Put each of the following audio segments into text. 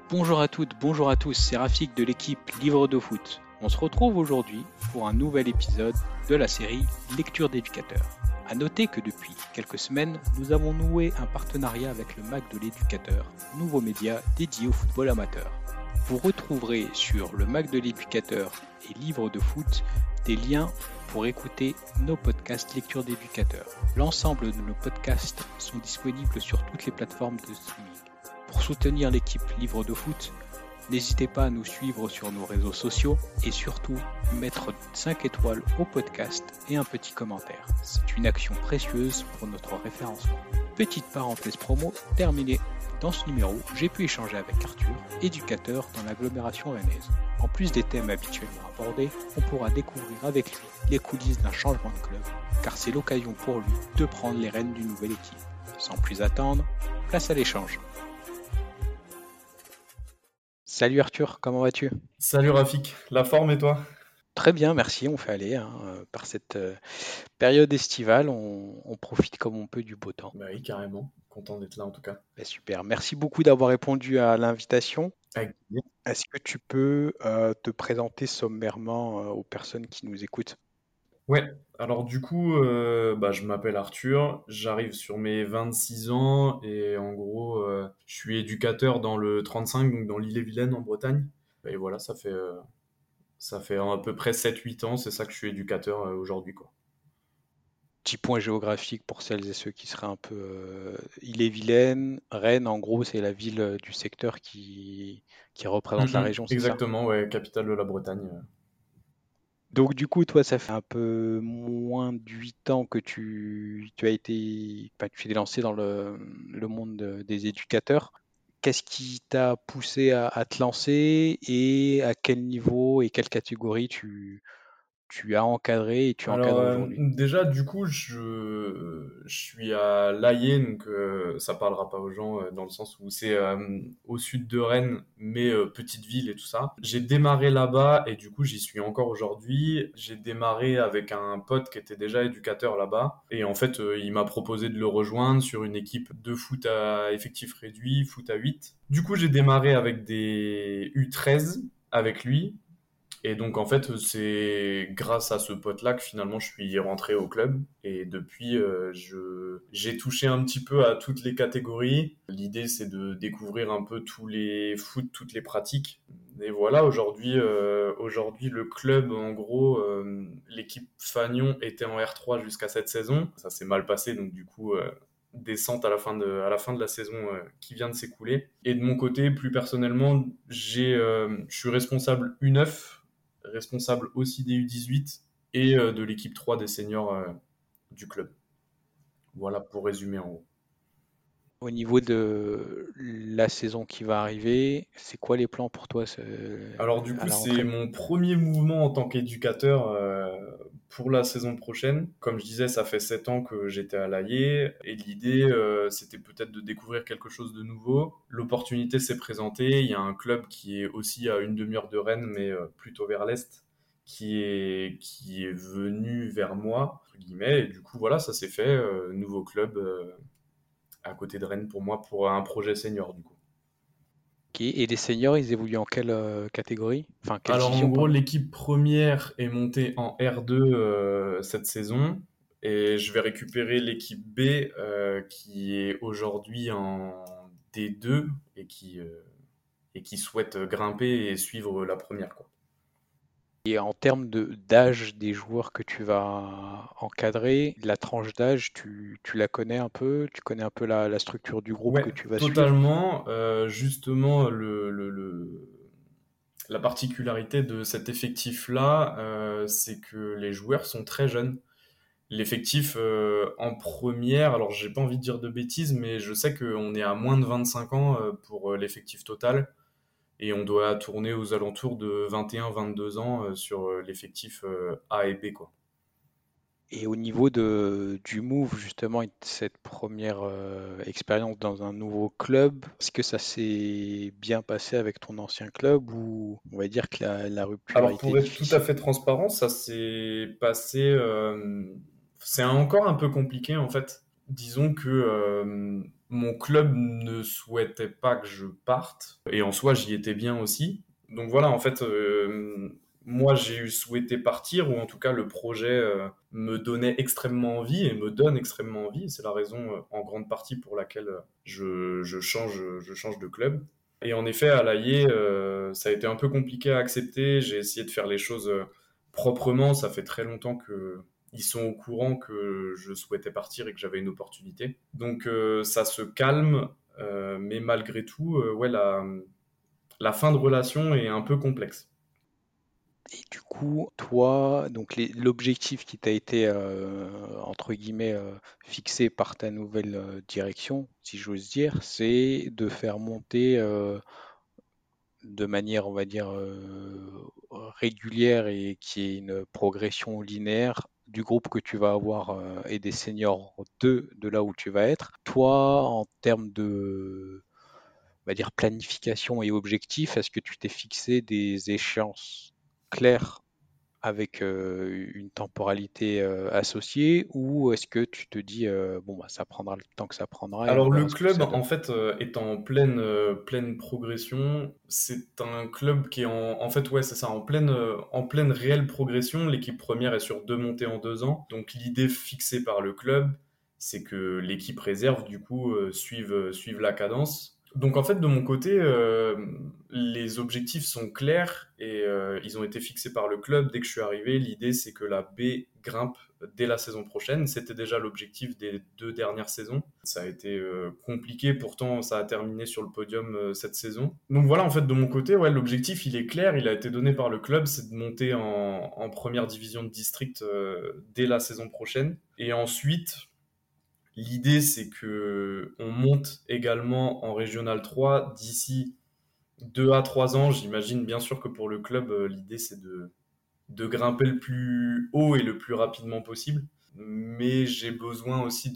Bonjour à toutes, bonjour à tous, c'est Rafik de l'équipe Livre de Foot. On se retrouve aujourd'hui pour un nouvel épisode de la série Lecture d'éducateur. A noter que depuis quelques semaines, nous avons noué un partenariat avec le MAC de l'éducateur, nouveau média dédié au football amateur. Vous retrouverez sur le MAC de l'éducateur et Livre de Foot des liens pour écouter nos podcasts Lecture d'éducateur. L'ensemble de nos podcasts sont disponibles sur toutes les plateformes de streaming. Pour soutenir l'équipe Livre de Foot, n'hésitez pas à nous suivre sur nos réseaux sociaux et surtout mettre 5 étoiles au podcast et un petit commentaire. C'est une action précieuse pour notre référencement. Petite parenthèse promo terminée. Dans ce numéro, j'ai pu échanger avec Arthur, éducateur dans l'agglomération rennaise. En plus des thèmes habituellement abordés, on pourra découvrir avec lui les coulisses d'un changement de club, car c'est l'occasion pour lui de prendre les rênes d'une nouvelle équipe. Sans plus attendre, place à l'échange. Salut Arthur, comment vas-tu? Salut Rafik, la forme et toi? Très bien, merci, on fait aller. Par cette période estivale, on profite comme on peut du beau temps. Bah oui, carrément, content d'être là en tout cas. Super, merci beaucoup d'avoir répondu à l'invitation. Avec plaisir. Est-ce que tu peux te présenter sommairement aux personnes qui nous écoutent? Ouais, alors du coup, je m'appelle Arthur, j'arrive sur mes 26 ans et en gros, je suis éducateur dans le 35, donc dans l'Ille-et-Vilaine en Bretagne. Et voilà, ça fait à peu près 7-8 ans, c'est ça que je suis éducateur aujourd'hui, quoi. Petit point géographique pour celles et ceux qui seraient un peu Ille-et-Vilaine, Rennes, en gros, c'est la ville du secteur qui représente la région, c'est ça? Exactement, ouais, capitale de la Bretagne. Donc du coup, toi, ça fait un peu moins de 8 ans que tu as été, enfin, tu t'es lancé dans le monde des éducateurs. Qu'est-ce qui t'a poussé à te lancer et à quel niveau et quelle catégorie tu as encadré et tu Alors encadres aujourd'hui? déjà du coup je suis à Laillé, donc ça parlera pas aux gens dans le sens où c'est au sud de Rennes, mais petite ville et tout ça. J'ai démarré là-bas et du coup j'y suis encore aujourd'hui. J'ai démarré avec un pote qui était déjà éducateur là-bas et en fait il m'a proposé de le rejoindre sur une équipe de foot à effectif réduit, foot à 8. Du coup j'ai démarré avec des U13 avec lui. Et donc en fait, c'est grâce à ce pote-là que finalement je suis rentré au club. Et depuis, j'ai touché un petit peu à toutes les catégories. L'idée, c'est de découvrir un peu tous les foot, toutes les pratiques. Et voilà, aujourd'hui le club, en gros, l'équipe Fagnon était en R3 jusqu'à cette saison. Ça s'est mal passé, donc du coup, descente à la fin de la saison qui vient de s'écouler. Et de mon côté, plus personnellement, je suis responsable U9, responsable aussi des U18 et de l'équipe 3 des seniors du club. Voilà pour résumer en gros. Au niveau de la saison qui va arriver, c'est quoi les plans pour toi Alors du à coup, la c'est rentrée? mon premier mouvement en tant qu'éducateur pour la saison prochaine. Comme je disais, ça fait 7 ans que j'étais à l'AIE et l'idée, c'était peut-être de découvrir quelque chose de nouveau. L'opportunité s'est présentée. Il y a un club qui est aussi à une demi-heure de Rennes, mais plutôt vers l'est, qui est venu vers moi, entre guillemets. Et du coup, voilà, ça s'est fait. Nouveau club à côté de Rennes pour moi, pour un projet senior, du coup. Ok. Et les seniors, ils évoluent en quelle catégorie? Enfin, quelle Alors en division, gros, pardon? l'équipe première est montée en R2 cette saison et je vais récupérer l'équipe B qui est aujourd'hui en D2 et qui souhaite grimper et suivre la première, quoi. Et en termes d'âge des joueurs que tu vas encadrer, la tranche d'âge, tu la connais un peu? Tu connais un peu la structure du groupe Ouais, que tu vas suivre? totalement. Justement, la particularité de cet effectif-là, c'est que les joueurs sont très jeunes. L'effectif en première, alors j'ai pas envie de dire de bêtises, mais je sais qu'on est à moins de 25 ans pour l'effectif total et on doit tourner aux alentours de 21-22 ans sur l'effectif A et B, quoi. Et au niveau du move, justement, et de cette première expérience dans un nouveau club, est-ce que ça s'est bien passé avec ton ancien club ou on va dire que la rupture a Alors été pour être tout à difficile? fait transparent, ça s'est passé, c'est encore un peu compliqué en fait. Disons que Mon club ne souhaitait pas que je parte, et en soi, j'y étais bien aussi. Donc voilà, en fait, moi, j'ai eu souhaité partir, ou en tout cas, le projet me donnait extrêmement envie et me donne extrêmement envie. C'est la raison, en grande partie, pour laquelle je change de club. Et en effet, à l'AIE, ça a été un peu compliqué à accepter. J'ai essayé de faire les choses proprement. Ça fait très longtemps que ils sont au courant que je souhaitais partir et que j'avais une opportunité. Donc ça se calme, mais malgré tout, ouais, la fin de relation est un peu complexe. Et du coup, toi, donc l'objectif qui t'a été entre guillemets fixé par ta nouvelle direction, si j'ose dire, c'est de faire monter de manière, on va dire, régulière et qui est une progression linéaire du groupe que tu vas avoir et des seniors 2 de là où tu vas être. Toi, en termes de, on va dire, planification et objectifs, est-ce que tu t'es fixé des échéances claires avec une temporalité associée ou est-ce que tu te dis bon bah ça prendra le temps que ça prendra et on Alors le verra ce que club, ça donne. en fait, est en pleine progression. C'est un club qui est en fait, ouais, c'est ça, en pleine réelle progression. L'équipe première est sur 2 montées en 2 ans. Donc l'idée fixée par le club, c'est que l'équipe réserve, du coup, suive la cadence. Donc en fait, de mon côté, les objectifs sont clairs et ils ont été fixés par le club dès que je suis arrivé. L'idée, c'est que la B grimpe dès la saison prochaine. C'était déjà l'objectif des 2 dernières saisons. Ça a été compliqué, pourtant ça a terminé sur le podium cette saison. Donc voilà, en fait, de mon côté, ouais, l'objectif, il est clair, il a été donné par le club, c'est de monter en première division de district dès la saison prochaine. Et ensuite, l'idée, c'est que on monte également en Régional 3 d'ici 2 à 3 ans. J'imagine bien sûr que pour le club, l'idée, c'est de grimper le plus haut et le plus rapidement possible. Mais j'ai besoin aussi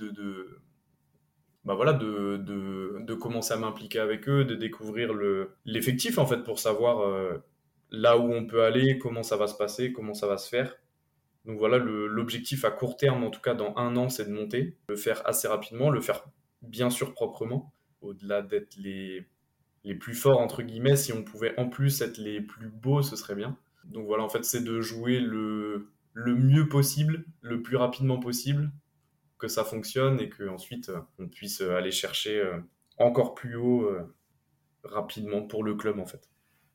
bah voilà, de commencer à m'impliquer avec eux, de découvrir l'effectif en fait pour savoir là où on peut aller, comment ça va se passer, comment ça va se faire. Donc voilà, l'objectif à court terme, en tout cas dans 1 an, c'est de monter, le faire assez rapidement, le faire bien sûr proprement, au-delà d'être les plus forts, entre guillemets, si on pouvait en plus être les plus beaux, ce serait bien. Donc voilà, en fait, c'est de jouer le mieux possible, le plus rapidement possible, que ça fonctionne et qu'ensuite on puisse aller chercher encore plus haut rapidement pour le club en fait.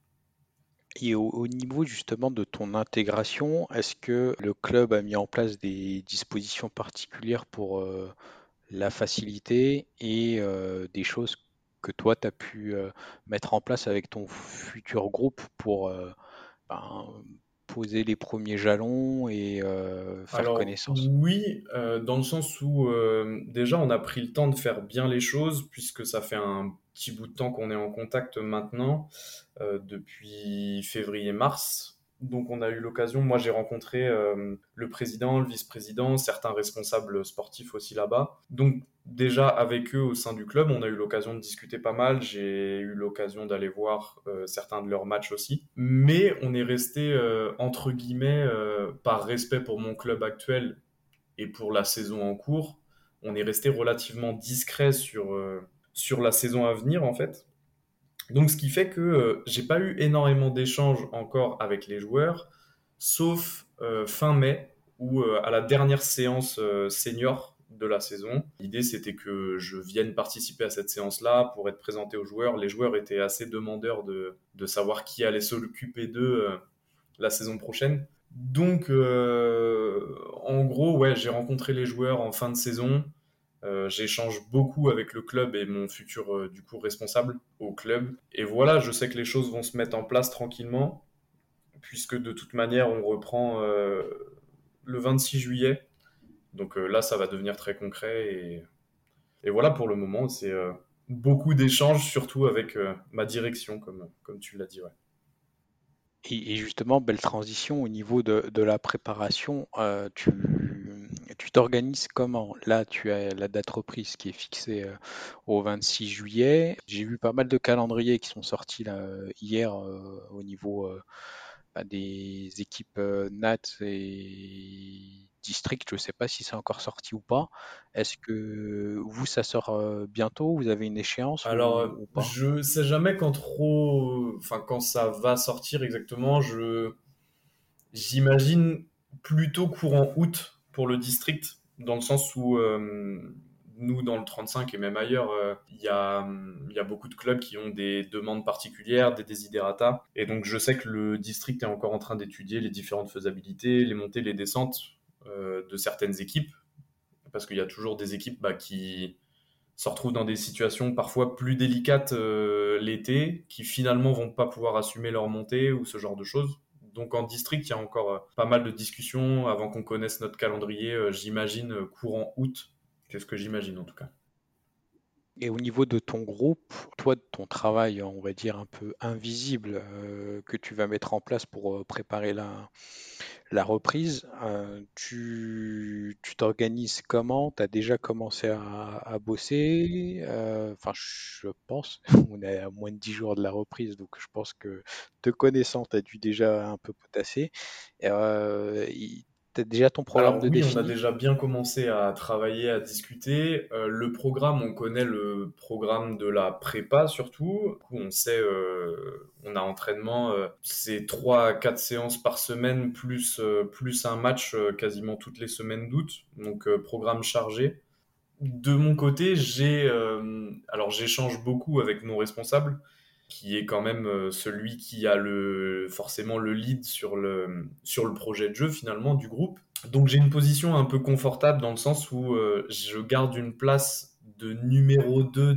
Et au niveau justement de ton intégration, est-ce que le club a mis en place des dispositions particulières pour la facilité et des choses que toi tu as pu mettre en place avec ton futur groupe pour ben, poser les premiers jalons et faire Alors connaissance? oui, dans le sens où déjà on a pris le temps de faire bien les choses puisque ça fait un petit bout de temps qu'on est en contact maintenant, depuis février-mars. Donc on a eu l'occasion, moi j'ai rencontré le président, le vice-président, certains responsables sportifs aussi là-bas. Donc déjà avec eux au sein du club, on a eu l'occasion de discuter pas mal. J'ai eu l'occasion d'aller voir certains de leurs matchs aussi. Mais on est resté entre guillemets, par respect pour mon club actuel et pour la saison en cours, on est resté relativement discret sur la saison à venir en fait. Donc, ce qui fait que j'ai pas eu énormément d'échanges encore avec les joueurs, sauf fin mai, où à la dernière séance senior de la saison, l'idée c'était que je vienne participer à cette séance-là pour être présenté aux joueurs. Les joueurs étaient assez demandeurs de savoir qui allait s'occuper d'eux la saison prochaine. Donc, en gros, ouais, j'ai rencontré les joueurs en fin de saison. J'échange beaucoup avec le club et mon futur du coup responsable au club. Et voilà, je sais que les choses vont se mettre en place tranquillement, puisque de toute manière, on reprend le 26 juillet. Donc là, ça va devenir très concret. Et voilà, pour le moment, c'est beaucoup d'échanges, surtout avec ma direction, comme tu l'as dit. Ouais. Et justement, belle transition au niveau de la préparation. Tu t'organises comment? Là, tu as la date reprise qui est fixée au 26 juillet. J'ai vu pas mal de calendriers qui sont sortis là, hier au niveau bah, des équipes NAT et district, je ne sais pas si c'est encore sorti ou pas. Est-ce que vous, ça sort bientôt? Vous avez une échéance Alors, ou pas? je sais jamais quand ça va sortir exactement. J'imagine plutôt courant août pour le district, dans le sens où nous, dans le 35 et même ailleurs, il y a beaucoup de clubs qui ont des demandes particulières, des desiderata. Et donc, je sais que le district est encore en train d'étudier les différentes faisabilités, les montées, les descentes de certaines équipes, parce qu'il y a toujours des équipes qui se retrouvent dans des situations parfois plus délicates l'été, qui finalement vont pas pouvoir assumer leur montée ou ce genre de choses. Donc en district, il y a encore pas mal de discussions avant qu'on connaisse notre calendrier, j'imagine courant août. C'est ce que j'imagine en tout cas. Et au niveau de ton groupe, toi, de ton travail, on va dire un peu invisible, que tu vas mettre en place pour préparer la reprise, tu t'organises comment? Tu as déjà commencé à bosser? Enfin, je pense, on est à moins de 10 jours de la reprise, donc je pense que te connaissant, tu as dû déjà un peu potasser. Tu as déjà ton programme Alors de oui, on a défini? déjà bien commencé à travailler, à discuter. Le programme, on connaît le programme de la prépa surtout. Du coup, on sait, on a entraînement, c'est 3 à 4 séances par semaine plus un match quasiment toutes les semaines d'août. Donc programme chargé. De mon côté, alors j'échange beaucoup avec mon responsable, qui est quand même celui qui a forcément le lead sur le projet de jeu finalement du groupe. Donc j'ai une position un peu confortable dans le sens où je garde une place de numéro 2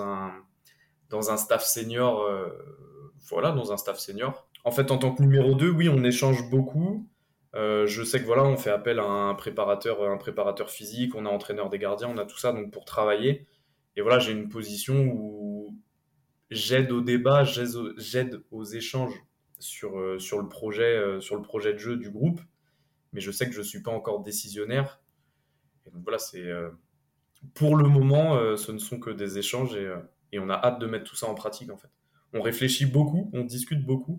dans un staff senior. Voilà, dans un staff senior. En fait, en tant que numéro 2, oui, on échange beaucoup. Je sais que voilà, on fait appel à un préparateur physique, on a entraîneur des gardiens, on a tout ça donc pour travailler. Et voilà, j'ai une position où j'aide au débat, j'aide aux échanges sur le projet de jeu du groupe, mais je sais que je suis pas encore décisionnaire. Et donc voilà, pour le moment, ce ne sont que des échanges et on a hâte de mettre tout ça en pratique en fait. On réfléchit beaucoup, on discute beaucoup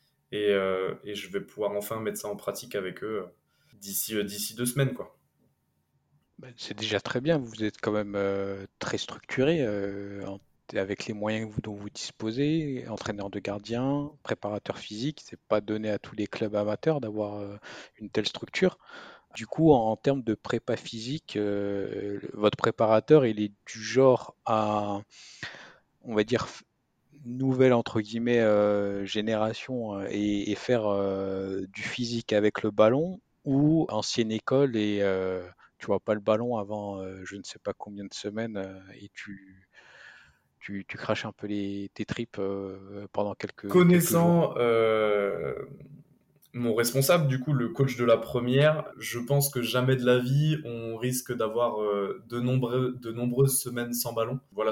et je vais pouvoir enfin mettre ça en pratique avec eux d'ici 2 semaines quoi. Ben, c'est déjà très bien, vous êtes quand même très structuré avec les moyens dont vous disposez, entraîneur de gardien, préparateur physique, c'est pas donné à tous les clubs amateurs d'avoir une telle structure. Du coup, en termes de prépa physique, votre préparateur, il est du genre à, on va dire, nouvelle entre guillemets génération et faire du physique avec le ballon ou ancienne école et tu vois pas le ballon avant je ne sais pas combien de semaines et tu craches un peu tes tripes pendant quelques jours. Connaissant mon responsable, du coup, le coach de la première, je pense que jamais de la vie on risque d'avoir de nombreuses semaines sans ballon. Voilà,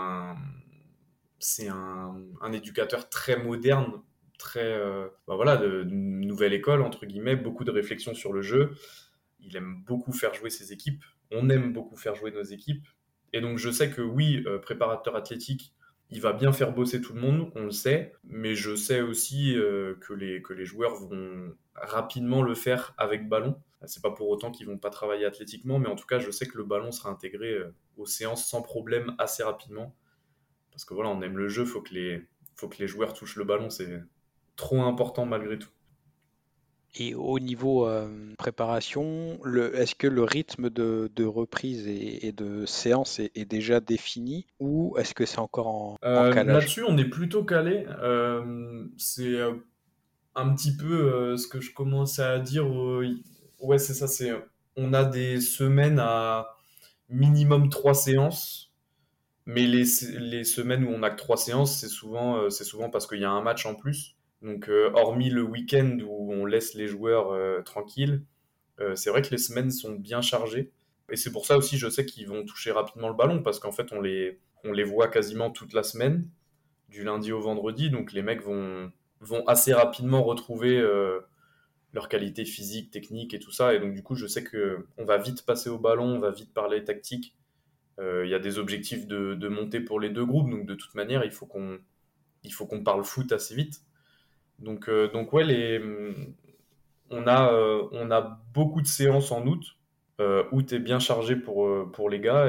un éducateur très moderne, voilà, de nouvelle école, entre guillemets, beaucoup de réflexion sur le jeu. Il aime beaucoup faire jouer ses équipes. On aime beaucoup faire jouer nos équipes. Et donc, je sais que oui, préparateur athlétique, il va bien faire bosser tout le monde, on le sait. Mais je sais aussi que les joueurs vont rapidement le faire avec ballon. C'est pas pour autant qu'ils vont pas travailler athlétiquement, mais en tout cas, je sais que le ballon sera intégré aux séances sans problème assez rapidement. Parce que voilà, on aime le jeu, faut que les joueurs touchent le ballon, c'est trop important malgré tout. Et au niveau préparation, est-ce que le rythme de reprise et de séance est déjà défini ou est-ce que c'est encore en calage? Là-dessus, on est plutôt calé. C'est un petit peu ce que je commençais à dire. Ouais, c'est ça. On a des semaines à minimum 3 séances, mais les semaines où on a que 3 séances, c'est souvent parce qu'il y a un match en plus. Donc, hormis le week-end où on laisse les joueurs tranquilles, c'est vrai que les semaines sont bien chargées. Et c'est pour ça aussi, je sais qu'ils vont toucher rapidement le ballon parce qu'en fait, on les voit quasiment toute la semaine, du lundi au vendredi. Donc, les mecs vont assez rapidement retrouver leur qualité physique, technique et tout ça. Et donc, du coup, je sais que on va vite passer au ballon, on va vite parler tactique. Il y a des objectifs de montée pour les deux groupes. Donc, de toute manière, il faut qu'on parle foot assez vite. Donc ouais, on a beaucoup de séances en août. Août est bien chargé pour les gars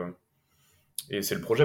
et c'est le projet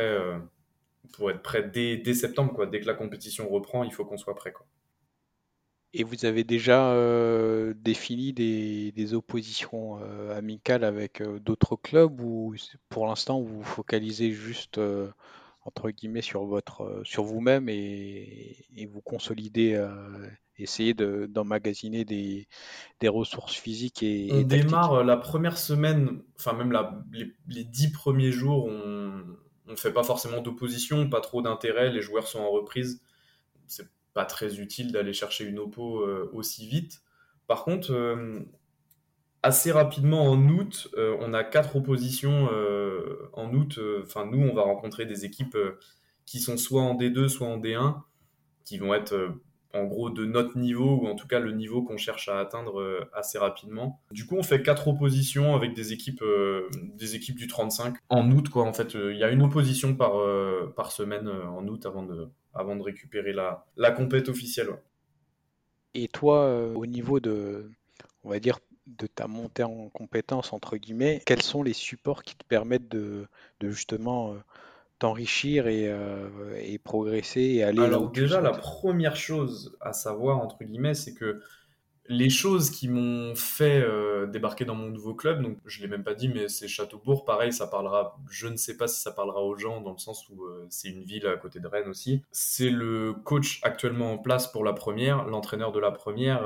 pour être prêt dès septembre, quoi. Dès que la compétition reprend, il faut qu'on soit prêt, quoi. Et vous avez déjà défini des oppositions amicales avec d'autres clubs ou pour l'instant vous vous focalisez juste entre guillemets sur vous-même et vous consolidez, essayez d'emmagasiner des ressources physiques On et tactiques? démarre la première semaine, enfin même les 10 premiers jours, on fait pas forcément d'opposition, pas trop d'intérêt, les joueurs sont en reprise. C'est pas très utile d'aller chercher une oppo aussi vite. Par contre, assez rapidement en août, on a 4 oppositions en août. Enfin, nous, on va rencontrer des équipes qui sont soit en D2, soit en D1, qui vont être en gros de notre niveau, ou en tout cas le niveau qu'on cherche à atteindre assez rapidement. Du coup, on fait 4 oppositions avec des équipes du 35 en août, quoi. En fait, il y a une opposition par semaine en août avant de récupérer la compète officielle. Ouais. Et toi, au niveau de, on va dire, de ta montée en compétence, entre guillemets, quels sont les supports qui te permettent de justement t'enrichir et progresser et aller là où Alors tu le déjà, la souhaites? première chose à savoir, entre guillemets, c'est que les choses qui m'ont fait débarquer dans mon nouveau club, donc je l'ai même pas dit, mais c'est Châteaubourg, pareil, ça parlera, je ne sais pas si ça parlera aux gens, dans le sens où c'est une ville à côté de Rennes aussi. C'est le coach actuellement en place pour la première, l'entraîneur de la première.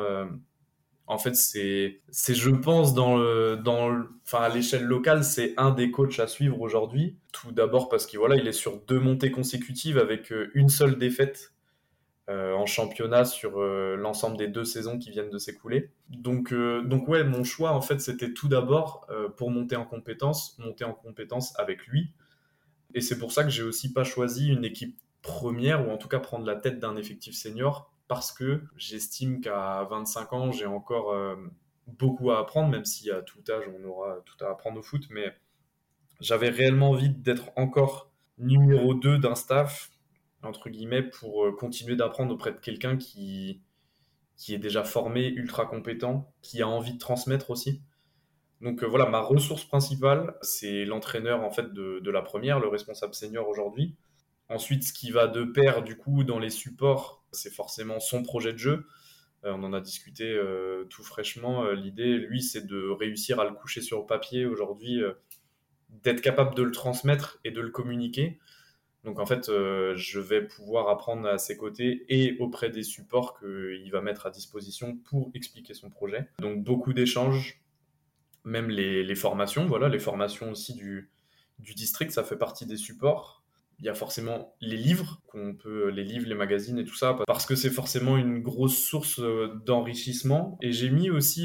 En fait, je pense, enfin, à l'échelle locale, c'est un des coachs à suivre aujourd'hui. Tout d'abord parce qu'il voilà, il est sur 2 montées consécutives avec une seule défaite en championnat sur l'ensemble des 2 saisons qui viennent de s'écouler. Donc ouais, mon choix en fait c'était tout d'abord pour monter en compétence avec lui. Et c'est pour ça que j'ai aussi pas choisi une équipe première ou en tout cas prendre la tête d'un effectif senior parce que j'estime qu'à 25 ans j'ai encore beaucoup à apprendre, même si à tout âge on aura tout à apprendre au foot, mais j'avais réellement envie d'être encore numéro 2 d'un staff, entre guillemets, pour continuer d'apprendre auprès de quelqu'un qui est déjà formé, ultra compétent, qui a envie de transmettre aussi. Donc voilà, ma ressource principale, c'est l'entraîneur en fait de la première, le responsable senior aujourd'hui. Ensuite, ce qui va de pair du coup dans les supports, c'est forcément son projet de jeu. On en a discuté tout fraîchement. L'idée, lui, c'est de réussir à le coucher sur le papier aujourd'hui, d'être capable de le transmettre et de le communiquer. Donc en fait, je vais pouvoir apprendre à ses côtés et auprès des supports qu'il va mettre à disposition pour expliquer son projet. Donc beaucoup d'échanges, même les formations, voilà, les formations aussi du district, ça fait partie des supports. Il y a forcément les livres, les livres, les magazines et tout ça, parce que c'est forcément une grosse source d'enrichissement. Et j'ai mis aussi,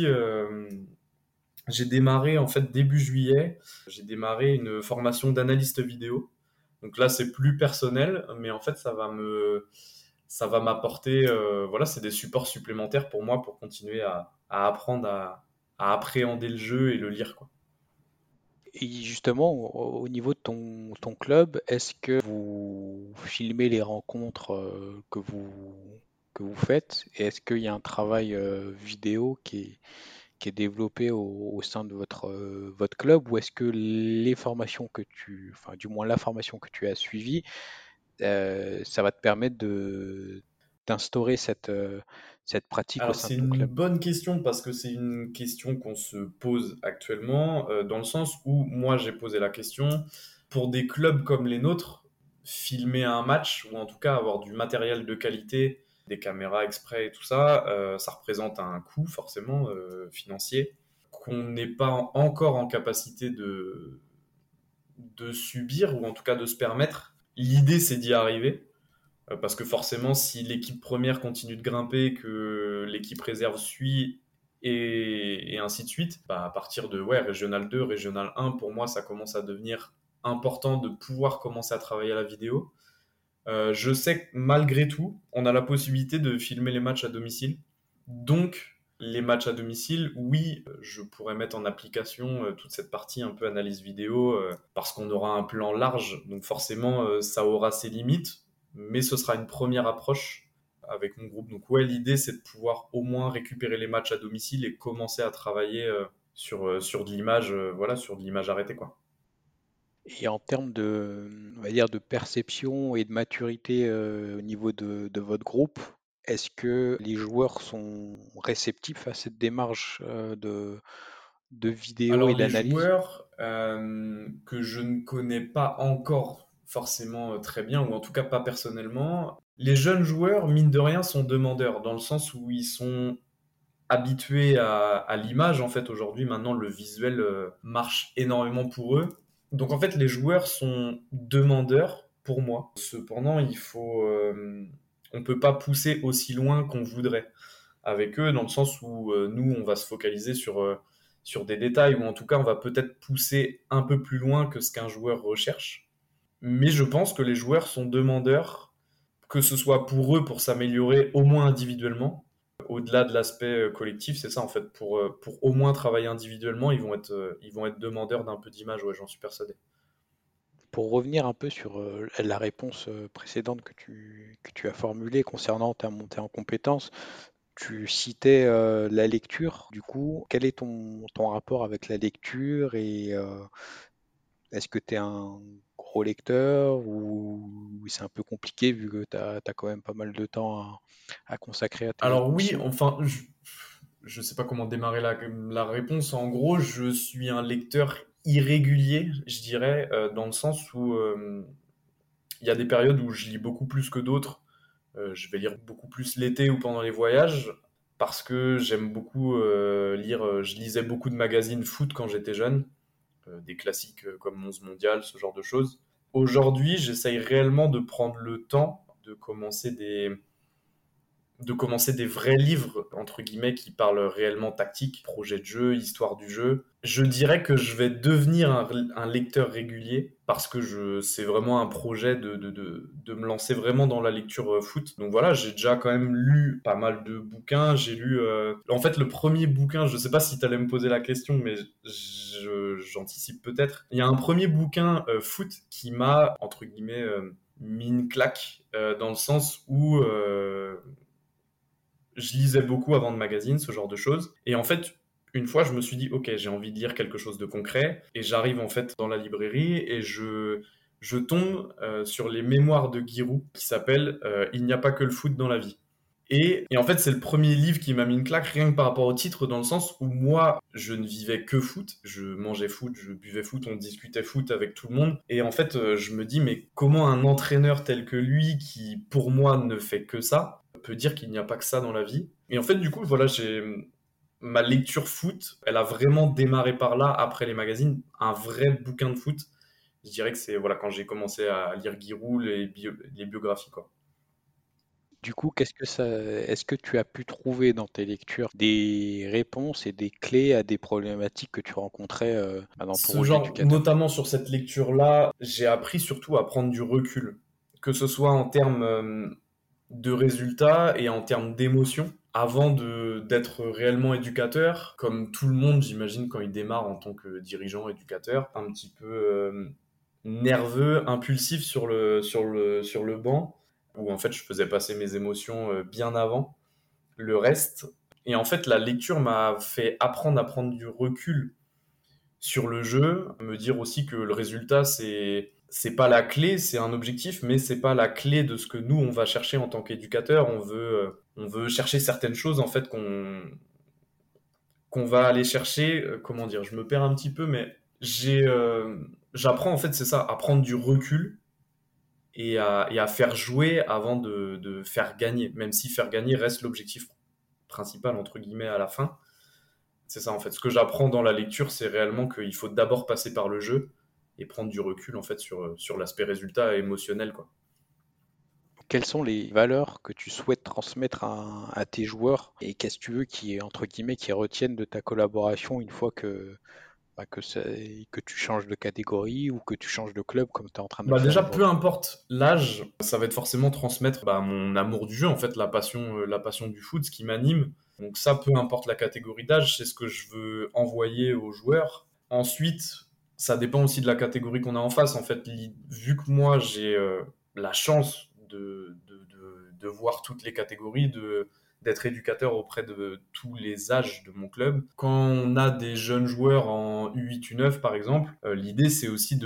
j'ai démarré en fait début juillet, j'ai démarré une formation d'analyste vidéo. Donc là, c'est plus personnel, mais en fait, ça va m'apporter, voilà, c'est des supports supplémentaires pour moi pour continuer à apprendre à appréhender le jeu et le lire, quoi. Et justement, au niveau de ton club, est-ce que vous filmez les rencontres que vous faites? Et est-ce qu'il y a un travail vidéo qui est développé au sein de votre club? Ou est-ce que les formations enfin du moins la formation que tu as suivie, ça va te permettre d'instaurer cette pratique au Alors, sein c'est de ton une club? bonne question parce que c'est une question qu'on se pose actuellement, dans le sens où moi j'ai posé la question pour des clubs comme les nôtres, filmer un match ou en tout cas avoir du matériel de qualité, des caméras exprès et tout ça, ça représente un coût forcément financier qu'on n'est pas encore en capacité de subir ou en tout cas de se permettre. L'idée c'est d'y arriver. Parce que forcément, si l'équipe première continue de grimper, que l'équipe réserve suit et ainsi de suite, bah à partir de ouais, Régional 2, Régional 1, pour moi, ça commence à devenir important de pouvoir commencer à travailler à la vidéo. Je sais que malgré tout, on a la possibilité de filmer les matchs à domicile. Donc, les matchs à domicile, oui, je pourrais mettre en application toute cette partie un peu analyse vidéo parce qu'on aura un plan large. Donc forcément, ça aura ses limites, mais ce sera une première approche avec mon groupe. Donc ouais, l'idée c'est de pouvoir au moins récupérer les matchs à domicile et commencer à travailler sur de l'image, voilà, sur de l'image arrêtée, quoi. Et en termes de, on va dire, de perception et de maturité au niveau de votre groupe, est-ce que les joueurs sont réceptifs à cette démarche de vidéo Alors et les d'analyse? joueurs que je ne connais pas encore forcément très bien, ou en tout cas pas personnellement, les jeunes joueurs, mine de rien, sont demandeurs, dans le sens où ils sont habitués à l'image. En fait, aujourd'hui, maintenant, le visuel marche énormément pour eux. Donc en fait, les joueurs sont demandeurs pour moi. Cependant, on peut pas pousser aussi loin qu'on voudrait avec eux, dans le sens où nous, on va se focaliser sur des détails, ou en tout cas, on va peut-être pousser un peu plus loin que ce qu'un joueur recherche. Mais je pense que les joueurs sont demandeurs, que ce soit pour eux, pour s'améliorer au moins individuellement. Au-delà de l'aspect collectif, c'est ça en fait. Pour au moins travailler individuellement, ils vont être demandeurs d'un peu d'image, ouais, j'en suis persuadé. Pour revenir un peu sur la réponse précédente que tu as formulée concernant ta montée en compétences, tu citais la lecture. Du coup, quel est ton rapport avec la lecture et est-ce que tu es un gros lecteur ou c'est un peu compliqué vu que tu as quand même pas mal de temps à consacrer à tes Alors autres oui, missions? enfin, je sais pas comment démarrer la réponse. En gros, je suis un lecteur irrégulier, je dirais, dans le sens où il y a des périodes où je lis beaucoup plus que d'autres. Je vais lire beaucoup plus l'été ou pendant les voyages parce que j'aime beaucoup lire. Je lisais beaucoup de magazines foot quand j'étais jeune, des classiques comme 11 Mondial, ce genre de choses. Aujourd'hui, j'essaye réellement de prendre le temps de commencer des vrais livres, entre guillemets, qui parlent réellement tactique, projet de jeu, histoire du jeu. Je dirais que je vais devenir un lecteur régulier parce que c'est vraiment un projet de me lancer vraiment dans la lecture foot. Donc voilà, j'ai déjà quand même lu pas mal de bouquins. J'ai lu, en fait, le premier bouquin, je sais pas si tu allais me poser la question, mais j'anticipe peut-être. Il y a un premier bouquin foot qui m'a, entre guillemets, mis une claque dans le sens où je lisais beaucoup avant de magazines, ce genre de choses. Et en fait, une fois, je me suis dit, ok, j'ai envie de lire quelque chose de concret. Et j'arrive en fait dans la librairie et je tombe sur les mémoires de Giroud qui s'appelle Il n'y a pas que le foot dans la vie. Et en fait, c'est le premier livre qui m'a mis une claque, rien que par rapport au titre, dans le sens où moi, je ne vivais que foot. Je mangeais foot, je buvais foot, on discutait foot avec tout le monde. Et en fait, je me dis, mais comment un entraîneur tel que lui, qui pour moi ne fait que ça, peut dire qu'il n'y a pas que ça dans la vie? Et en fait, du coup, voilà, ma lecture foot, elle a vraiment démarré par là, après les magazines, un vrai bouquin de foot. Je dirais que c'est voilà, quand j'ai commencé à lire Giroud, les biographies, quoi. Du coup, est-ce que tu as pu trouver dans tes lectures des réponses et des clés à des problématiques que tu rencontrais dans ton Ce rôle genre, d'éducateur? notamment sur cette lecture-là, j'ai appris surtout à prendre du recul, que ce soit en termes de résultats et en termes d'émotions. Avant d'être réellement éducateur, comme tout le monde, j'imagine, quand il démarre en tant que dirigeant éducateur, un petit peu nerveux, impulsif sur le banc, où en fait je faisais passer mes émotions bien avant le reste. Et en fait, la lecture m'a fait apprendre à prendre du recul sur le jeu, me dire aussi que le résultat c'est pas la clé, c'est un objectif, mais c'est pas la clé de ce que nous on va chercher en tant qu'éducateur. On veut chercher certaines choses en fait qu'on va aller chercher. Comment dire, je me perds un petit peu, mais j'apprends en fait c'est ça, à prendre du recul et à faire jouer avant de faire gagner, même si faire gagner reste l'objectif principal entre guillemets à la fin. C'est ça en fait. Ce que j'apprends dans la lecture, c'est réellement qu'il faut d'abord passer par le jeu et prendre du recul en fait sur l'aspect résultat émotionnel, quoi. Quelles sont les valeurs que tu souhaites transmettre à tes joueurs et qu'est-ce que tu veux qui, entre guillemets, qui retiennent de ta collaboration une fois que tu changes de catégorie ou que tu changes de club comme tu es en train de le Bah faire déjà, peu aujourd'hui? importe l'âge, ça va être forcément transmettre mon amour du jeu, en fait, la passion du foot, ce qui m'anime. Donc ça, peu importe la catégorie d'âge, c'est ce que je veux envoyer aux joueurs. Ensuite, ça dépend aussi de la catégorie qu'on a en face. En fait, vu que moi, j'ai la chance de de voir toutes les catégories, d'être éducateur auprès de tous les âges de mon club. Quand on a des jeunes joueurs en U8, U9 par exemple, l'idée c'est aussi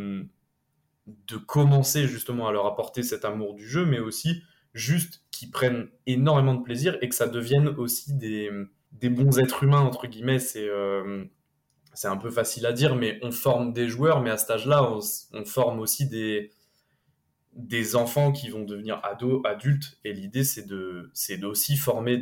de commencer justement à leur apporter cet amour du jeu, mais aussi juste qu'ils prennent énormément de plaisir et que ça devienne aussi des bons êtres humains, entre guillemets. C'est un peu facile à dire, mais on forme des joueurs, mais à cet âge-là, on forme aussi des enfants qui vont devenir ados, adultes, et l'idée c'est d'aussi former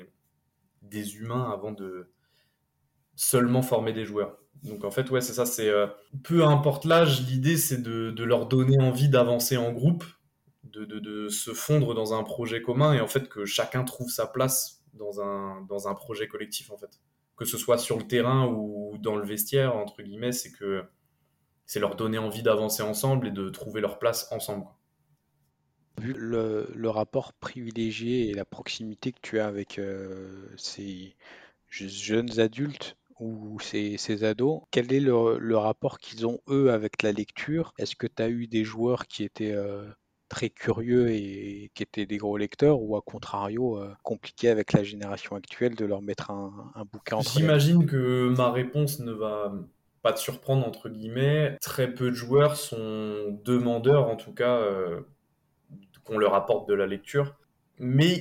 des humains avant de seulement former des joueurs. Donc en fait, ouais, c'est ça, peu importe l'âge, l'idée c'est de leur donner envie d'avancer en groupe, de se fondre dans un projet commun et en fait que chacun trouve sa place dans un projet collectif en fait. Que ce soit sur le terrain ou dans le vestiaire, entre guillemets, c'est leur donner envie d'avancer ensemble et de trouver leur place ensemble, quoi. Vu le rapport privilégié et la proximité que tu as avec ces jeunes adultes ou ces ados, quel est le rapport qu'ils ont eux avec la lecture? Est-ce que tu as eu des joueurs qui étaient très curieux et qui étaient des gros lecteurs ou à contrario compliqué avec la génération actuelle de leur mettre un bouquin entre les mains? J'imagine que ma réponse ne va pas te surprendre, entre guillemets. Très peu de joueurs sont demandeurs, en tout cas, qu'on leur apporte de la lecture. Mais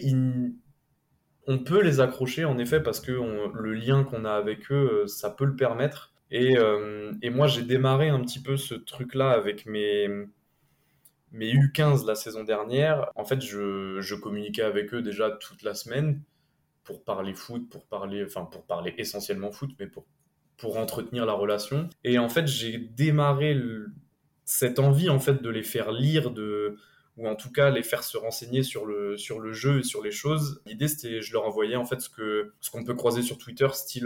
on peut les accrocher, en effet, parce que le lien qu'on a avec eux, ça peut le permettre. Et moi, j'ai démarré un petit peu ce truc-là avec mes U15 la saison dernière. En fait, je communiquais avec eux déjà toute la semaine pour parler foot, pour parler essentiellement foot, mais pour entretenir la relation. Et en fait, j'ai démarré cette envie en fait de les faire lire, ou en tout cas les faire se renseigner sur le jeu et sur les choses. L'idée, c'était, je leur envoyais en fait ce qu'on peut croiser sur Twitter, style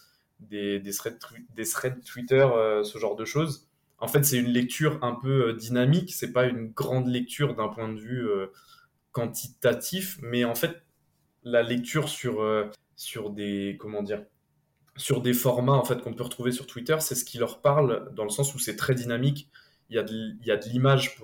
des threads Twitter, ce genre de choses. En fait, c'est une lecture un peu dynamique, c'est pas une grande lecture d'un point de vue quantitatif, mais en fait, la lecture sur des, comment dire, sur des formats en fait qu'on peut retrouver sur Twitter, c'est ce qui leur parle dans le sens où c'est très dynamique. Il y a de l'image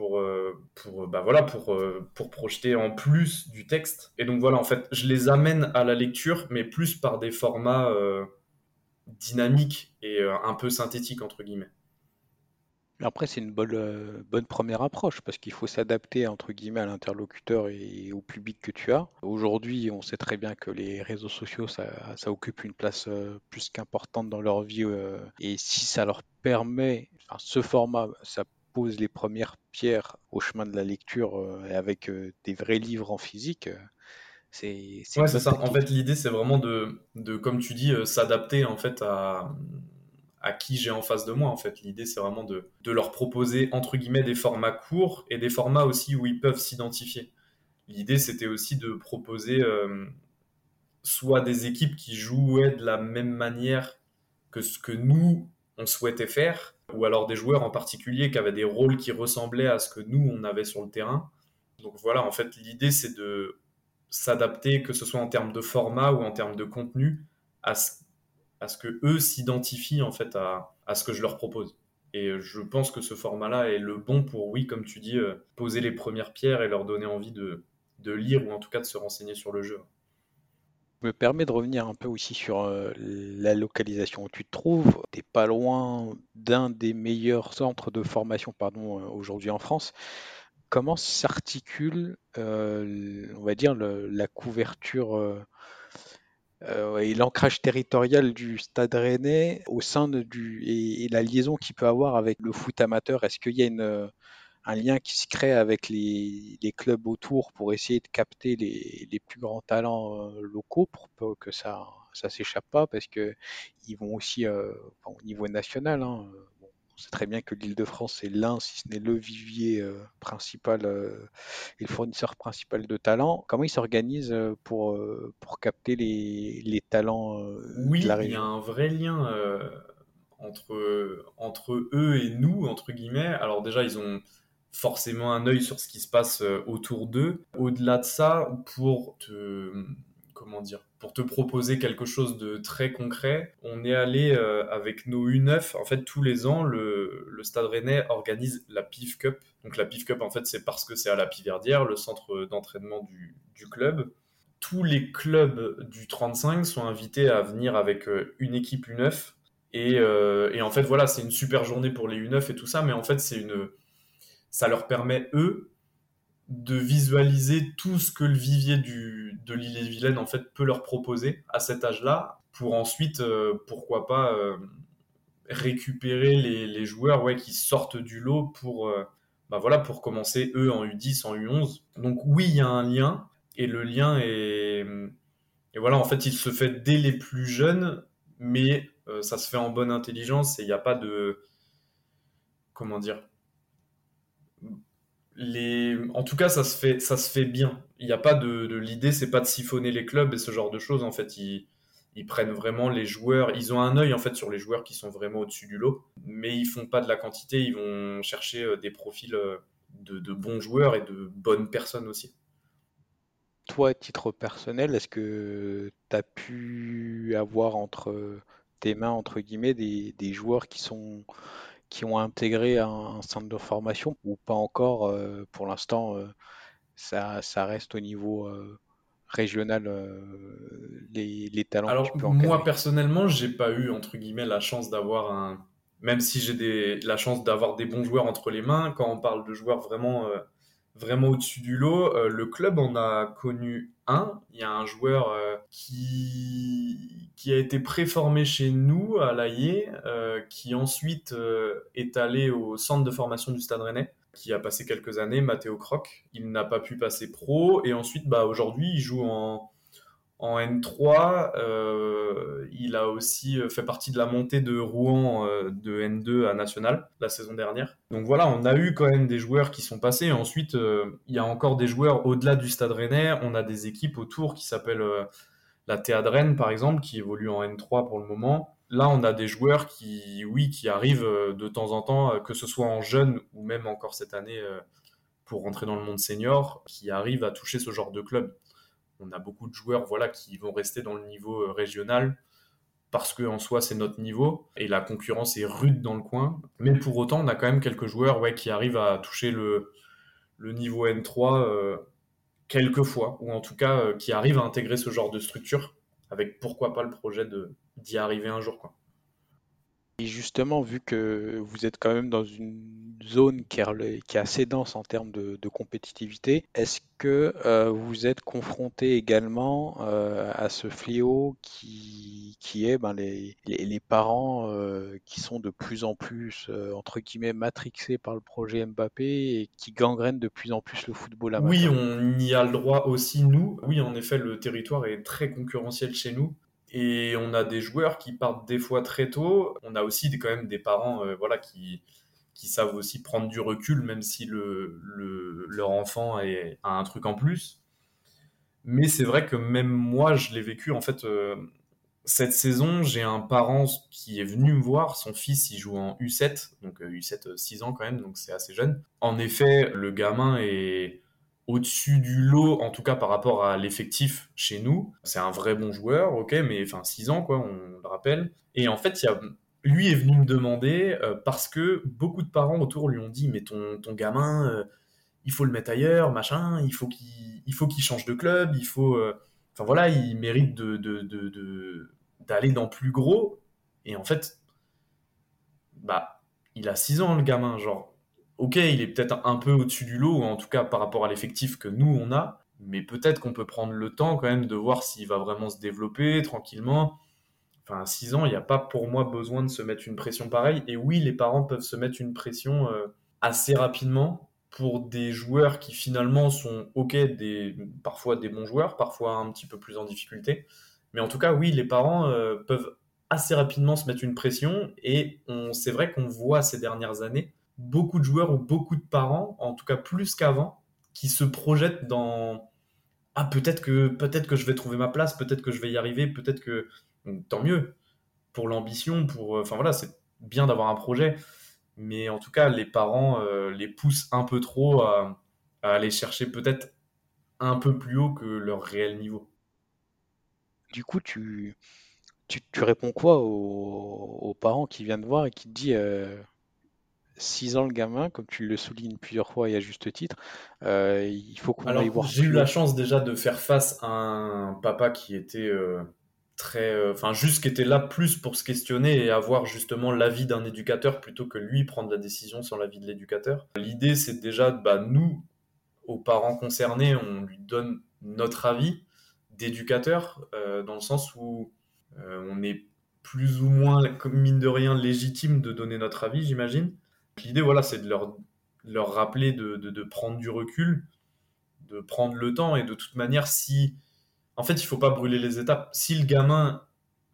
pour projeter en plus du texte. Et donc voilà, en fait, je les amène à la lecture, mais plus par des formats dynamiques et un peu synthétiques entre guillemets. Mais après, c'est une bonne première approche parce qu'il faut s'adapter entre guillemets à l'interlocuteur et au public que tu as. Aujourd'hui, on sait très bien que les réseaux sociaux, ça occupe une place plus qu'importante dans leur vie. Et si ça leur permet, enfin, ce format, ça pose les premières pierres au chemin de la lecture et avec des vrais livres en physique, c'est Ouais, une c'est bonne ça. En fait, tactique. l'idée, c'est vraiment comme tu dis, s'adapter en fait à qui j'ai en face de moi. En fait, l'idée, c'est vraiment de leur proposer entre guillemets des formats courts et des formats aussi où ils peuvent s'identifier. L'idée, c'était aussi de proposer soit des équipes qui jouaient de la même manière que ce que nous, on souhaitait faire, ou alors des joueurs en particulier qui avaient des rôles qui ressemblaient à ce que nous, on avait sur le terrain. Donc voilà, en fait, l'idée, c'est de s'adapter, que ce soit en termes de format ou en termes de contenu, à à ce que eux s'identifient en fait à ce que je leur propose. Et je pense que ce format-là est le bon pour, oui, comme tu dis, poser les premières pierres et leur donner envie de lire ou en tout cas de se renseigner sur le jeu. Je me permets de revenir un peu aussi sur la localisation où tu te trouves. Tu n'es pas loin d'un des meilleurs centres de formation, pardon, aujourd'hui en France. Comment s'articule, on va dire, la couverture et l'ancrage territorial du Stade Rennais au sein et la liaison qu'il peut avoir avec le foot amateur? Est-ce qu'il y a un lien qui se crée avec les clubs autour pour essayer de capter les plus grands talents locaux pour peu que ça s'échappe pas parce que ils vont aussi enfin, au niveau national, hein, bon, on sait très bien que l'Île-de-France c'est l'un, si ce n'est le vivier principal et le fournisseur principal de talents. Comment ils s'organisent pour capter les talents de la Oui, il y a région? un vrai lien entre eux et nous, entre guillemets. Alors déjà, ils ont forcément un œil sur ce qui se passe autour d'eux. Au-delà de ça, comment dire, pour te proposer quelque chose de très concret, on est allé avec nos U9. En fait, tous les ans, le Stade Rennais organise la PIF Cup. Donc la PIF Cup, en fait, c'est parce que c'est à la Piverdière, le centre d'entraînement du club. Tous les clubs du 35 sont invités à venir avec une équipe U9. Et en fait, voilà, c'est une super journée pour les U9 et tout ça, mais en fait, ça leur permet, eux, de visualiser tout ce que le vivier de l'Ille-et-Vilaine en fait peut leur proposer à cet âge-là pour ensuite pourquoi pas récupérer les joueurs ouais, qui sortent du lot pour bah voilà pour commencer eux en U10 en U11. Donc oui, il y a un lien et le lien est et voilà en fait il se fait dès les plus jeunes mais ça se fait en bonne intelligence et il n'y a pas de comment dire en tout cas, ça se fait bien. Il y a pas l'idée, c'est pas de siphonner les clubs et ce genre de choses. En fait, ils prennent vraiment les joueurs. Ils ont un œil en fait sur les joueurs qui sont vraiment au-dessus du lot, mais ils font pas de la quantité. Ils vont chercher des profils de bons joueurs et de bonnes personnes aussi. Toi, à titre personnel, est-ce que tu as pu avoir entre tes mains, entre guillemets, des joueurs qui ont intégré un centre de formation ou pas encore pour l'instant, ça reste au niveau régional, les talents que tu Alors peux moi encadrer. personnellement, j'ai pas eu entre guillemets la chance d'avoir même si j'ai la chance d'avoir des bons joueurs entre les mains. Quand on parle de joueurs vraiment vraiment au-dessus du lot, le club en a connu un. Il y a un joueur qui a été préformé chez nous à l'AIE, qui ensuite est allé au centre de formation du Stade Rennais qui a passé quelques années, Mathéo Croc. Il n'a pas pu passer pro et ensuite, bah, aujourd'hui, il joue en N3. Il a aussi fait partie de la montée de Rouen de N2 à National la saison dernière. Donc voilà, on a eu quand même des joueurs qui sont passés. Ensuite, il y a encore des joueurs au-delà du Stade Rennais. On a des équipes autour qui s'appellent la TA de Rennes, par exemple, qui évolue en N3 pour le moment. Là, on a des joueurs qui, oui, qui arrivent de temps en temps, que ce soit en jeune ou même encore cette année pour rentrer dans le monde senior, qui arrivent à toucher ce genre de club. On a beaucoup de joueurs voilà, qui vont rester dans le niveau régional parce qu'en soi, c'est notre niveau et la concurrence est rude dans le coin. Mais pour autant, on a quand même quelques joueurs ouais, qui arrivent à toucher le niveau N3 quelques fois, ou en tout cas qui arrivent à intégrer ce genre de structure avec pourquoi pas le projet d'y arriver un jour. Quoi. Et justement, vu que vous êtes quand même dans une zone qui est assez dense en termes de compétitivité, est-ce que vous êtes confronté également à ce fléau qui est ben, les parents qui sont de plus en plus, entre guillemets, matrixés par le projet Mbappé et qui gangrènent de plus en plus le football Oui, amateur? on y a le droit aussi, nous. Oui, en effet, le territoire est très concurrentiel chez nous. Et on a des joueurs qui partent des fois très tôt. On a aussi quand même des parents voilà, qui savent aussi prendre du recul, même si leur enfant a un truc en plus. Mais c'est vrai que même moi, je l'ai vécu. En fait, cette saison, j'ai un parent qui est venu me voir. Son fils, il joue en U7, donc U7, 6 ans quand même, donc c'est assez jeune. En effet, le gamin est au-dessus du lot, en tout cas par rapport à l'effectif chez nous. C'est un vrai bon joueur, ok, mais enfin 6 ans, quoi, on le rappelle. Et en fait, lui est venu me demander, parce que beaucoup de parents autour lui ont dit, mais ton gamin, il faut le mettre ailleurs, machin, il faut qu'il change de club, il faut... Enfin voilà, il mérite d'aller dans plus gros. Et en fait, bah, il a 6 ans, le gamin. Genre, ok, il est peut-être un peu au-dessus du lot, ou en tout cas par rapport à l'effectif que nous, on a. Mais peut-être qu'on peut prendre le temps quand même de voir s'il va vraiment se développer tranquillement. Enfin, à 6 ans, il n'y a pas pour moi besoin de se mettre une pression pareille. Et oui, les parents peuvent se mettre une pression assez rapidement pour des joueurs qui finalement sont ok, parfois des bons joueurs, parfois un petit peu plus en difficulté. Mais en tout cas, oui, les parents peuvent assez rapidement se mettre une pression et c'est vrai qu'on voit ces dernières années beaucoup de joueurs ou beaucoup de parents, en tout cas plus qu'avant, qui se projettent dans ah peut-être que je vais trouver ma place, peut-être que je vais y arriver, peut-être que donc, tant mieux pour l'ambition, pour enfin voilà, c'est bien d'avoir un projet, mais en tout cas les parents les poussent un peu trop à aller chercher peut-être un peu plus haut que leur réel niveau. Du coup, tu réponds quoi aux parents qui viennent te voir et qui te disent 6 ans le gamin, comme tu le soulignes plusieurs fois et à juste titre, il faut qu'on aille Alors, voir j'ai eu plus la haut. chance déjà de faire face à un papa qui était très, enfin, juste qui était là plus pour se questionner et avoir justement l'avis d'un éducateur plutôt que lui prendre la décision sans l'avis de l'éducateur. L'idée, c'est déjà, bah, nous, aux parents concernés, on lui donne notre avis d'éducateur, dans le sens où on est plus ou moins, comme mine de rien, légitime de donner notre avis, j'imagine. L'idée, voilà, c'est de leur rappeler de prendre du recul, de prendre le temps, et de toute manière, si... En fait, il faut pas brûler les étapes. Si le gamin,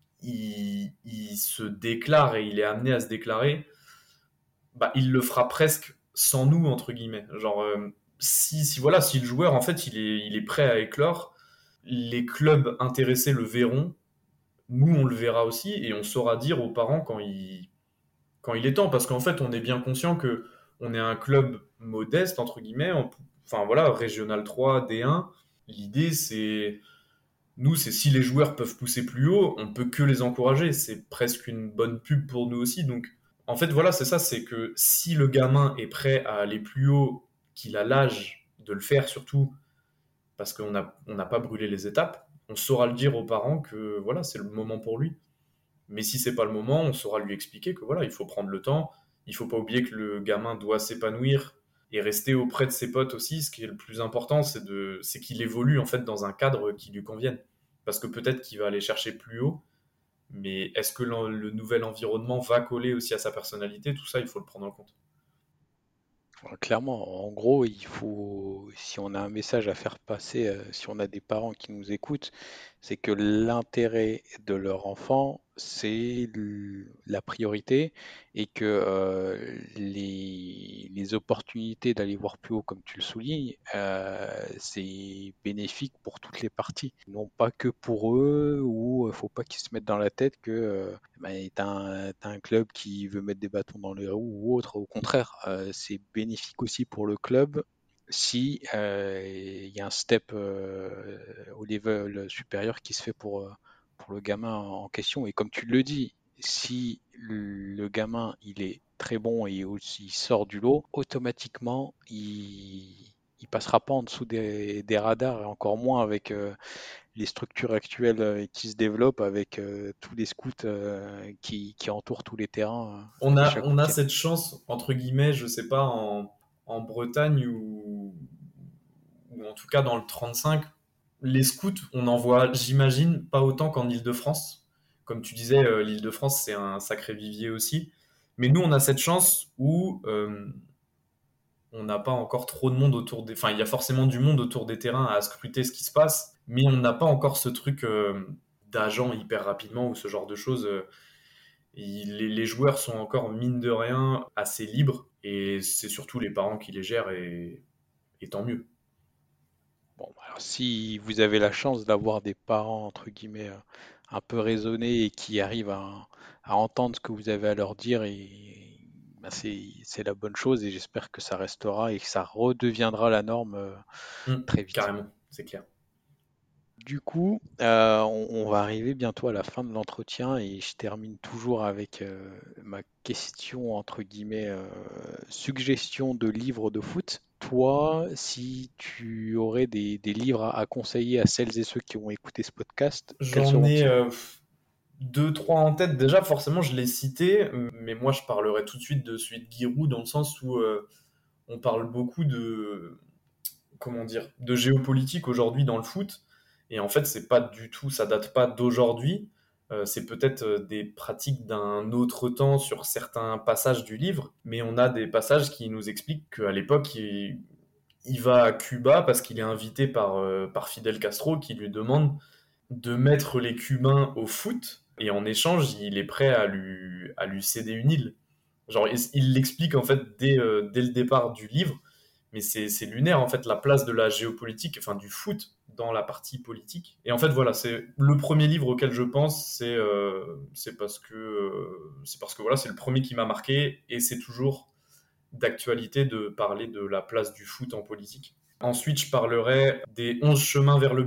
il se déclare et il est amené à se déclarer, bah, il le fera presque sans nous, entre guillemets. Genre, voilà, si le joueur, en fait, il est prêt à éclore, les clubs intéressés le verront, nous, on le verra aussi, et on saura dire aux parents quand il est temps, parce qu'en fait, on est bien conscient que on est un club modeste, entre guillemets, enfin voilà, Régional 3, D1. L'idée, c'est si les joueurs peuvent pousser plus haut, on peut que les encourager. C'est presque une bonne pub pour nous aussi. Donc, en fait, voilà, c'est ça, c'est que si le gamin est prêt à aller plus haut, qu'il a l'âge de le faire, surtout parce qu'on n'a pas brûlé les étapes, on saura le dire aux parents que voilà, c'est le moment pour lui. Mais si c'est pas le moment, on saura lui expliquer que voilà, il faut prendre le temps. Il faut pas oublier que le gamin doit s'épanouir et rester auprès de ses potes aussi. Ce qui est le plus important, c'est qu'il évolue en fait dans un cadre qui lui convienne. Parce que peut-être qu'il va aller chercher plus haut, mais est-ce que le nouvel environnement va coller aussi à sa personnalité? Tout ça, il faut le prendre en compte. Ouais, clairement, en gros, si on a un message à faire passer, si on a des parents qui nous écoutent, c'est que l'intérêt de leur enfant, c'est la priorité et que les opportunités d'aller voir plus haut, comme tu le soulignes, c'est bénéfique pour toutes les parties, non pas que pour eux, ou faut pas qu'ils se mettent dans la tête que t'as un club qui veut mettre des bâtons dans les roues ou autre. Au contraire, c'est bénéfique aussi pour le club si il y a un step au level supérieur qui se fait pour le gamin en question. Et comme tu le dis, si le gamin il est très bon et aussi il sort du lot, automatiquement il passera pas en dessous des radars et encore moins avec les structures actuelles qui se développent avec tous les scouts qui entourent tous les terrains On a, chaque on a week-end. cette chance, entre guillemets, je sais pas, en Bretagne ou en tout cas dans le 35, les scouts, on en voit, j'imagine, pas autant qu'en Île-de-France. Comme tu disais, l'Île-de-France, c'est un sacré vivier aussi. Mais nous, on a cette chance où on n'a pas encore trop de monde autour des... Enfin, il y a forcément du monde autour des terrains à scruter ce qui se passe, mais on n'a pas encore ce truc d'agent hyper rapidement ou ce genre de choses. Les joueurs sont encore, mine de rien, assez libres, et c'est surtout les parents qui les gèrent, et tant mieux. Bon, alors si vous avez la chance d'avoir des parents entre guillemets un peu raisonnés et qui arrivent à entendre ce que vous avez à leur dire, et ben, c'est la bonne chose et j'espère que ça restera et que ça redeviendra la norme très vite. Carrément, c'est clair. Du coup, on va arriver bientôt à la fin de l'entretien et je termine toujours avec ma question entre guillemets suggestion de livres de foot. Toi, si tu aurais des livres à conseiller à celles et ceux qui ont écouté ce podcast, quels J'en ai seront-ils? deux, trois en tête. Déjà, forcément, je l'ai cité, mais moi, je parlerai tout de suite de celui de Giroud, dans le sens où on parle beaucoup comment dire, de géopolitique aujourd'hui dans le foot. Et en fait, c'est pas du tout, ça date pas d'aujourd'hui. C'est peut-être des pratiques d'un autre temps sur certains passages du livre, mais on a des passages qui nous expliquent qu'à l'époque, il va à Cuba parce qu'il est invité par Fidel Castro qui lui demande de mettre les Cubains au foot, et en échange, il est prêt à lui céder une île. Genre, il l'explique en fait dès le départ du livre, mais c'est lunaire en fait la place de la géopolitique, enfin du foot dans la partie politique. Et en fait, voilà, c'est le premier livre auquel je pense, c'est parce que voilà, c'est le premier qui m'a marqué, et c'est toujours d'actualité de parler de la place du foot en politique. Ensuite, je parlerai des 11 chemins vers le but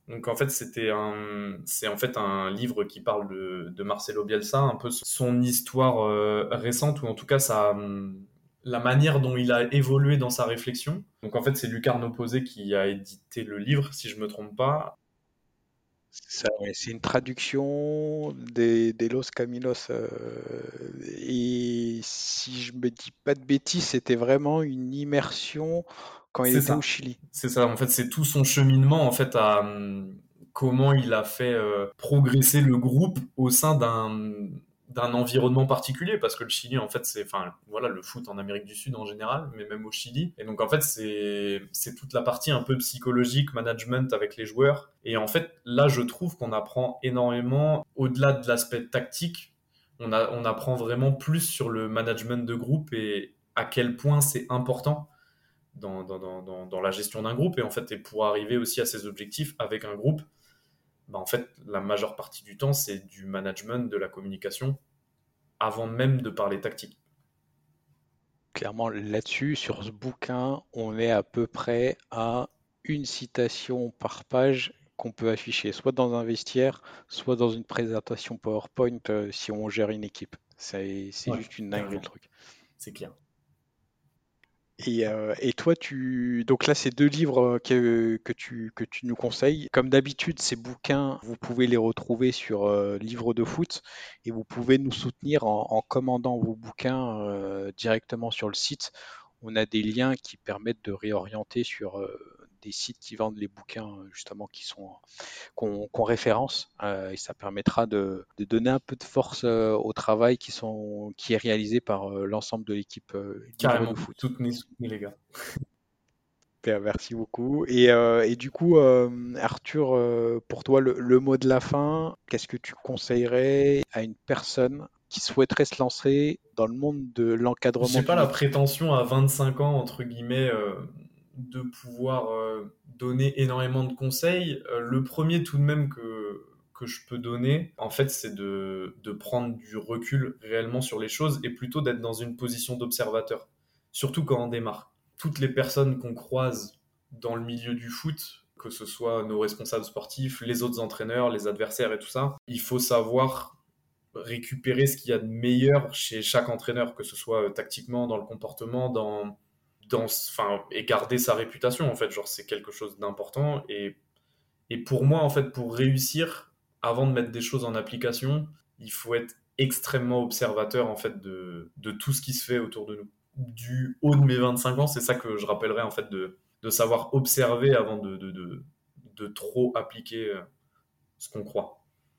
Donc en fait, c'est en fait un livre qui parle de Marcelo Bielsa, un peu son histoire récente, ou en tout cas la manière dont il a évolué dans sa réflexion. Donc en fait, c'est Lucarne Opposé qui a édité le livre, si je me trompe pas. Ça, ouais, c'est une traduction des Los Caminos. Et si je me dis pas de bêtises, c'était vraiment une immersion quand il C'est était au ça. Chili. C'est ça. En fait, c'est tout son cheminement, en fait, à comment il a fait progresser le groupe au sein d'un environnement particulier, parce que le Chili, en fait, enfin, voilà, le foot en Amérique du Sud en général, mais même au Chili. Et donc, en fait, c'est toute la partie un peu psychologique, management avec les joueurs. Et en fait, là, je trouve qu'on apprend énormément, au-delà de l'aspect tactique, on apprend vraiment plus sur le management de groupe et à quel point c'est important dans la gestion d'un groupe. Et en fait, et pour arriver aussi à ses objectifs avec un groupe, bah, en fait, la majeure partie du temps, c'est du management, de la communication, avant même de parler tactique. Clairement, là-dessus, sur ce bouquin, on est à peu près à une citation par page qu'on peut afficher, soit dans un vestiaire, soit dans une présentation PowerPoint si on gère une équipe. C'est Ouais, juste une dinguerie le carrément, truc. c'est clair. Et toi, donc là, c'est deux livres que tu nous conseilles. Comme d'habitude, ces bouquins, vous pouvez les retrouver sur Livre de Foot et vous pouvez nous soutenir en commandant vos bouquins directement sur le site. On a des liens qui permettent de réorienter sur des sites qui vendent les bouquins justement qu'on référence et ça permettra de donner un peu de force au travail qui est réalisé par l'ensemble de l'équipe Livre de Carrément, Foot. soutenez les gars. Super, merci beaucoup. Et du coup, Arthur, pour toi, le mot de la fin, qu'est-ce que tu conseillerais à une personne qui souhaiterait se lancer dans le monde de l'encadrement J'ai pas d'une la équipe? prétention à 25 ans, entre guillemets, de pouvoir donner énormément de conseils. Le premier tout de même que je peux donner, en fait, c'est de prendre du recul réellement sur les choses et plutôt d'être dans une position d'observateur, surtout quand on démarre. Toutes les personnes qu'on croise dans le milieu du foot, que ce soit nos responsables sportifs, les autres entraîneurs, les adversaires et tout ça, il faut savoir récupérer ce qu'il y a de meilleur chez chaque entraîneur, que ce soit tactiquement, dans le comportement, enfin, et garder sa réputation, en fait. Genre, c'est quelque chose d'important. Et pour moi, en fait, pour réussir, avant de mettre des choses en application, il faut être extrêmement observateur, en fait, de tout ce qui se fait autour de nous. Du haut de mes 25 ans, c'est ça que je rappellerai, en fait, de savoir observer avant de trop appliquer ce qu'on croit.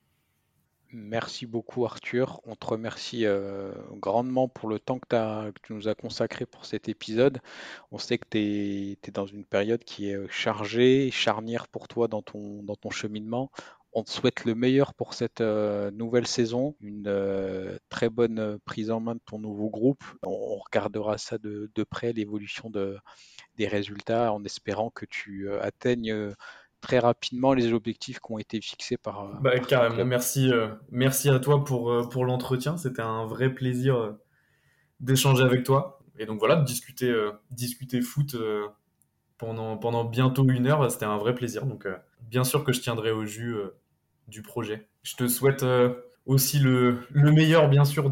Merci beaucoup, Arthur. On te remercie grandement pour le temps que tu nous as consacré pour cet épisode. On sait que tu es dans une période qui est chargée, charnière pour toi dans ton cheminement. On te souhaite le meilleur pour cette nouvelle saison, une très bonne prise en main de ton nouveau groupe. On regardera ça de près, l'évolution des résultats, en espérant que tu atteignes très rapidement les objectifs qui ont été fixés Bah, par ton carrément, club. merci à toi pour l'entretien. C'était un vrai plaisir d'échanger avec toi. Et donc voilà, de discuter foot pendant bientôt 1 heure, c'était un vrai plaisir. Donc bien sûr que je tiendrai au jus du projet. Je te souhaite aussi le meilleur, bien sûr,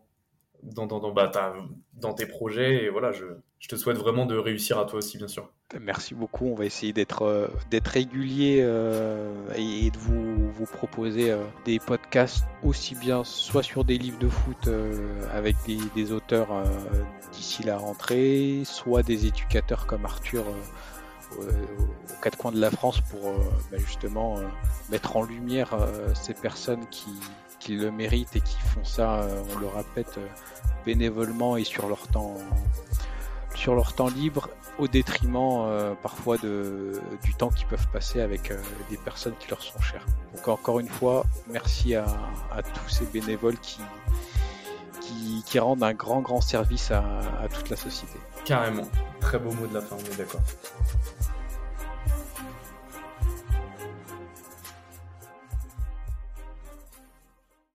dans tes projets. Et voilà, je te souhaite vraiment de réussir à toi aussi, bien sûr. Merci beaucoup. On va essayer d'être régulier et de vous proposer des podcasts aussi bien soit sur des livres de foot avec des auteurs d'ici la rentrée, soit des éducateurs comme Arthur aux quatre coins de la France pour justement mettre en lumière ces personnes qui le méritent et qui font ça, on le répète, bénévolement et sur leur temps libre au détriment parfois du temps qu'ils peuvent passer avec des personnes qui leur sont chères. Donc encore une fois, merci à tous ces bénévoles qui rendent un grand service à toute la société. Carrément. Très beau mot de la fin, on est d'accord.